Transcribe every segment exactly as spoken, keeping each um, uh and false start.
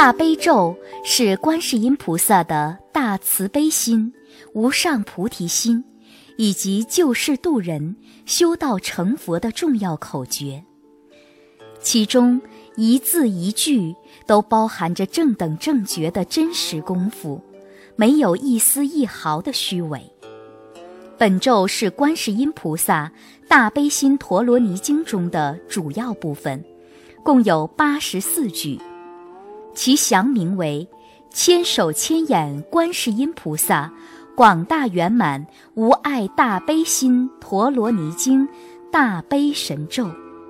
大悲咒是观世音菩萨的大慈悲心、无上菩提心，以及救世度人、修道成佛的重要口诀。其中一字一句都包含着正等正觉的真实功夫，没有一丝一毫的虚伪。本咒是观世音菩萨大悲心陀罗尼经中的主要部分，共有八十四句，其详名为千手千眼观世音菩萨广大圆满无碍大悲心陀罗尼经大悲神咒。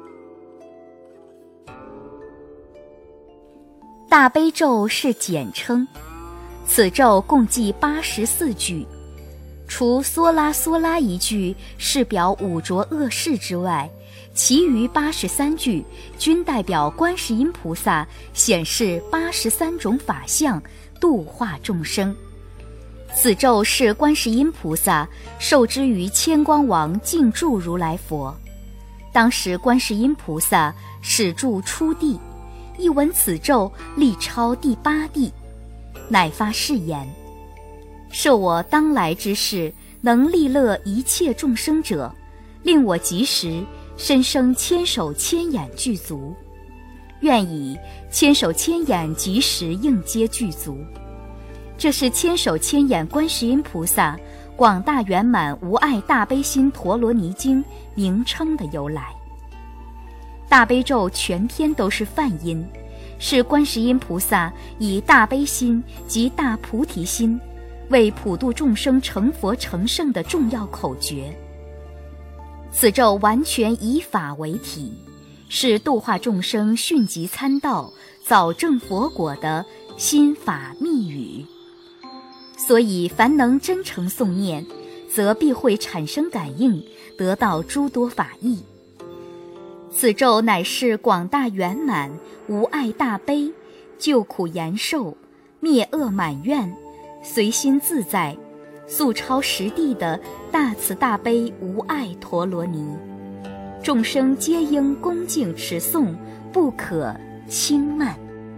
大悲咒是简称，此咒共计八十四句，除梭拉梭拉一句是表五浊恶世之外，其余八十三句均代表观世音菩萨显示八十三种法相，度化众生。此咒是观世音菩萨受之于千光王净住如来佛。当时观世音菩萨始住初地，一闻此咒，力超第八地，乃发誓言：设我当来之世，能利乐一切众生者，令我即时身生千手千眼具足，愿以千手千眼即时应接具足。这是千手千眼观世音菩萨广大圆满无碍大悲心陀罗尼经名称的由来。大悲咒全篇都是梵音，是观世音菩萨以大悲心及大菩提心为普度众生成佛成圣的重要口诀。此咒完全以法为体，是度化众生迅疾参道、早证佛果的心法密语。所以凡能真诚诵念，则必会产生感应，得到诸多法益。此咒乃是广大圆满无碍大悲、救苦延寿、灭恶满愿、随心自在、速超实地的大慈大悲无碍陀罗尼，众生皆应恭敬持诵，不可轻慢。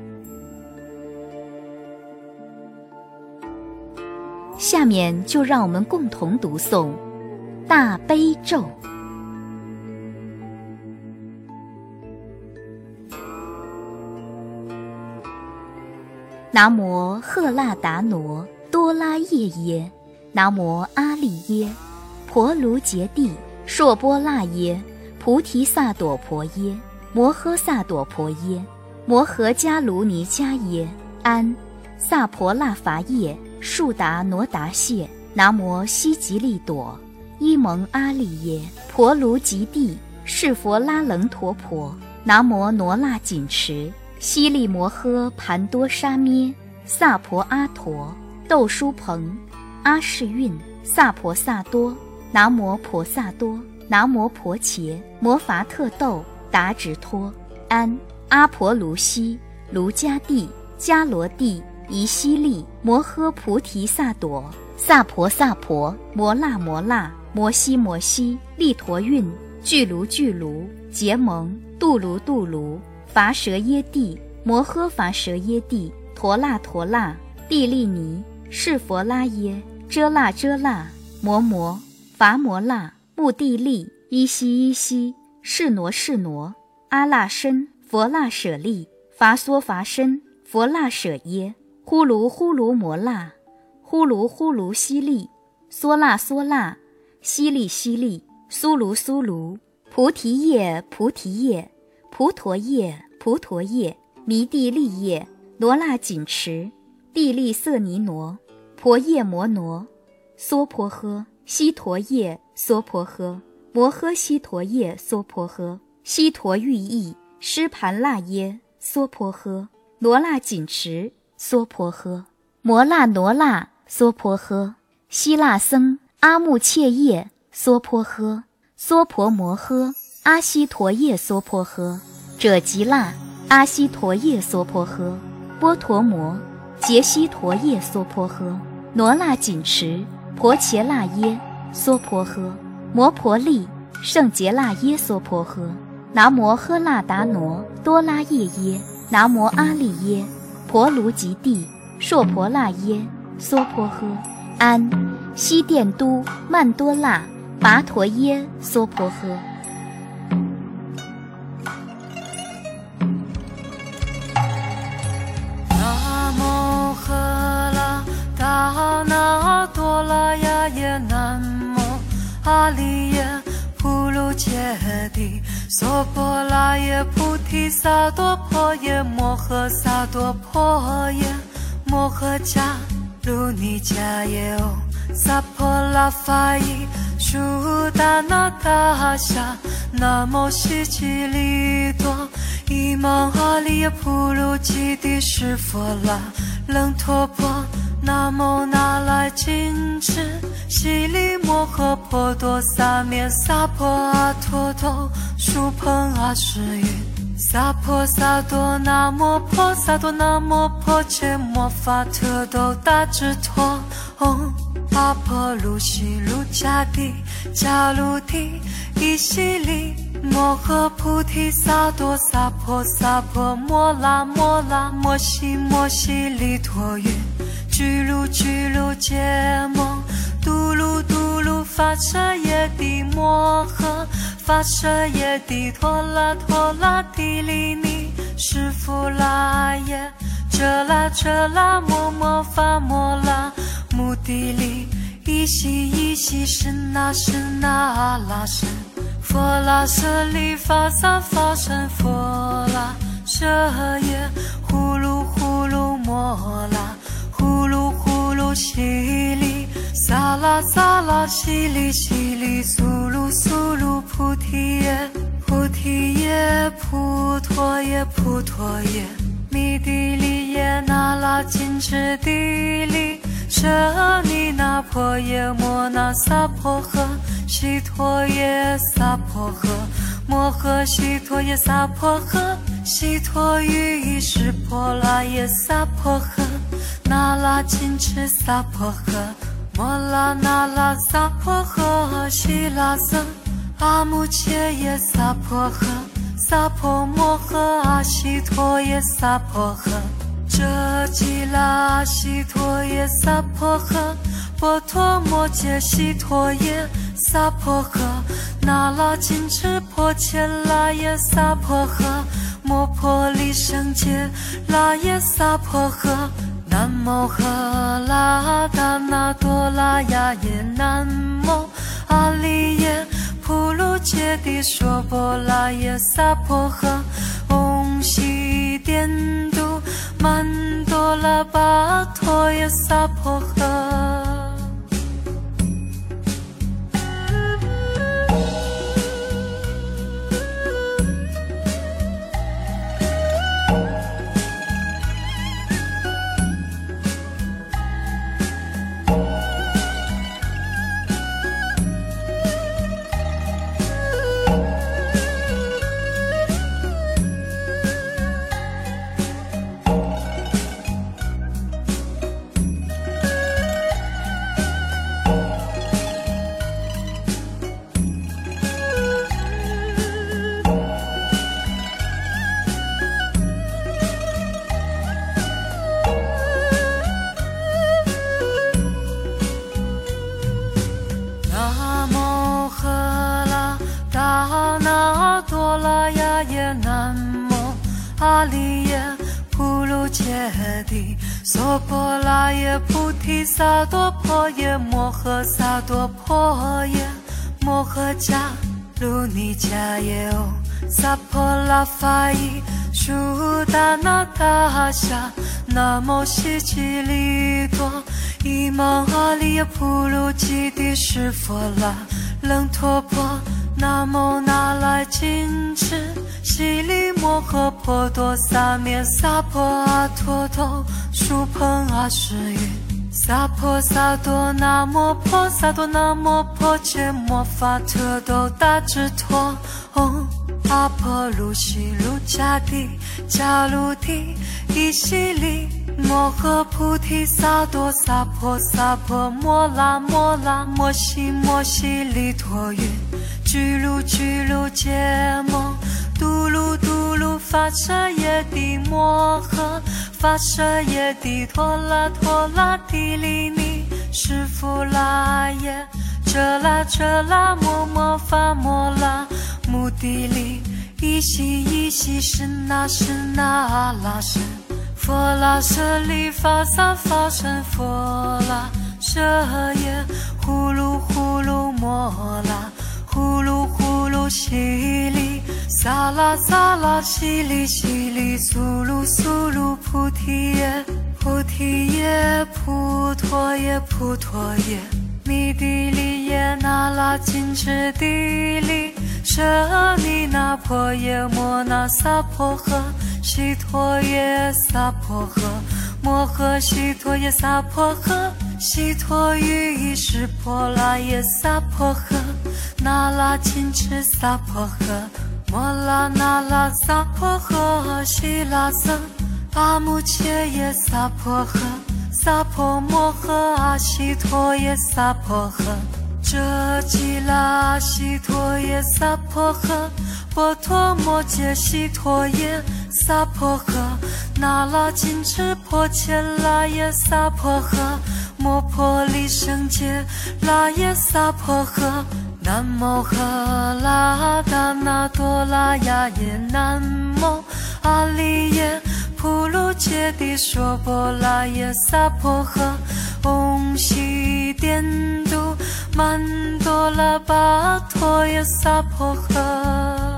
下面就让我们共同读诵大悲咒。南无赫那达罗多拉夜耶，南无阿利耶婆卢揭谛烁波那耶菩提萨埵婆耶摩诃萨埵婆耶摩诃迦卢尼迦耶安萨婆那伐耶树达挪达谢南无悉吉利朵伊蒙阿利耶婆卢极地释佛拉楞陀婆南无罗那紧持悉利摩诃盘多沙咩萨婆阿陀窦书朋阿世运萨婆萨多南无婆萨多南无婆伽摩伐特豆达直托安阿婆卢悉卢迦帝迦罗帝夷悉利摩诃菩提萨埵萨婆萨婆摩那摩那摩悉摩悉利陀运俱卢俱卢结蒙杜卢杜卢伐蛇耶帝摩诃伐蛇耶帝陀那陀那帝利尼释佛拉耶遮那遮那摩摩伐摩那目地利依悉依悉释挪释挪阿那身佛那舍利伐娑伐身佛那舍耶呼卢呼卢摩那呼卢呼卢悉利梭那梭那悉利悉利苏卢苏卢菩提叶菩提叶菩陀叶菩陀叶弥地利叶罗那紧持地利色尼挪婆叶摩挪娑婆诃悉陀叶娑婆诃摩诃悉陀叶娑婆诃悉陀喻意施盘那耶娑婆诃罗那紧持娑婆诃摩那罗那娑婆诃希腊僧阿穆切叶娑婆诃娑婆摩诃阿悉陀叶娑婆诃者吉那阿悉陀叶娑婆诃波陀摩杰悉陀叶娑婆诃罗那紧持婆伽那耶娑婆诃摩婆利圣杰那耶娑婆诃南无喝那达挪多拉夜耶南无阿利耶婆卢吉地，硕婆那耶，娑婆诃。安，悉殿都，曼多那，跋陀耶，娑婆诃。 南无喝啦达那多拉呀耶，南无阿利耶普卢揭谛，娑婆拉耶菩提萨埵婆耶摩诃萨埵婆耶摩诃迦卢尼迦耶哦萨婆拉法伊舒达那达夏南无悉吉利多伊芒阿利耶普卢吉帝释佛拉楞陀婆南无那来金智悉利摩诃婆多萨灭萨婆阿陀多殊朋阿世云萨婆萨多那摩婆萨多那摩婆伽摩法特斗大智陀唵阿婆卢悉卢迦帝迦卢帝伊悉利摩诃菩提萨埵萨婆萨婆摩拉摩拉摩悉摩悉利陀云居卢居卢揭蒙嘟噜嘟噜发舍耶帝摩诃发舍耶帝陀拉陀拉帝利尼释弗拉耶遮拉遮拉摩摩发摩拉目的利依悉依悉身那身那阿拉身佛拉舍利法萨法身佛拉舍耶呼噜呼噜摩拉呼噜呼噜悉利萨拉萨拉悉利悉利苏噜苏噜菩提耶菩提耶普陀耶普陀耶弥帝利耶那拉金智帝利舍尼那婆耶摩那萨婆诃悉陀耶萨婆诃摩诃悉陀耶萨婆诃悉陀喻释婆拉耶萨婆诃那拉金智萨婆诃摩拉那拉萨婆诃悉拉僧阿穆切耶萨婆诃萨婆摩诃阿悉陀耶萨婆诃遮吉拉悉陀耶萨婆诃波陀摩揭悉陀耶萨婆诃那拉金智婆伽拉耶萨婆诃摩婆利胜揭拉耶萨婆诃南无喝啦达那多拉呀耶南无阿利耶普卢揭谛娑婆拉耶萨婆诃唵悉殿都曼多拉跋陀耶萨婆诃阿利耶普卢揭谛娑婆拉耶菩提萨埵婆耶摩诃萨埵婆耶摩诃迦卢尼迦耶哦萨婆拉法伊舒达那达夏南无悉吉利多伊芒阿利耶普卢吉帝释佛拉楞陀婆南无那来金智悉利摩诃婆多萨灭萨婆阿陀多殊朋阿世云萨婆萨多那摩婆萨多那摩婆伽摩法特斗大智陀唵阿婆卢悉卢迦帝迦卢帝伊悉利摩诃菩提萨埵萨婆萨婆摩拉摩拉摩悉摩悉利陀云居卢居卢揭蒙嘟噜嘟噜发舍耶帝摩诃发舍耶帝陀拉陀拉帝利尼湿弗拉耶遮拉遮拉摩摩发摩拉目的里依西依西是那是那阿拉是佛拉舍利发萨发身佛拉舍耶呼噜呼噜摩拉呼噜呼噜西里萨拉萨拉西里西里苏噜苏噜菩提耶菩提耶菩陀耶菩陀耶弥地利耶那拉金持地利舍尼那婆耶摩那萨婆诃悉陀耶萨婆诃摩诃悉陀耶萨婆诃悉陀喻是婆拉耶萨婆诃那拉金持萨婆诃摩拉那拉萨婆诃悉拉僧阿穆切耶萨婆诃萨婆摩诃阿悉陀耶萨婆诃遮吉拉悉陀耶萨婆诃波陀摩揭悉陀耶萨婆诃那拉金持婆伽拉耶萨婆诃摩婆利胜揭拉耶萨婆诃南无喝啦达那多拉呀耶南无阿利耶普卢揭谛娑婆拉耶萨婆诃唵悉颠都曼多拉巴陀耶萨婆诃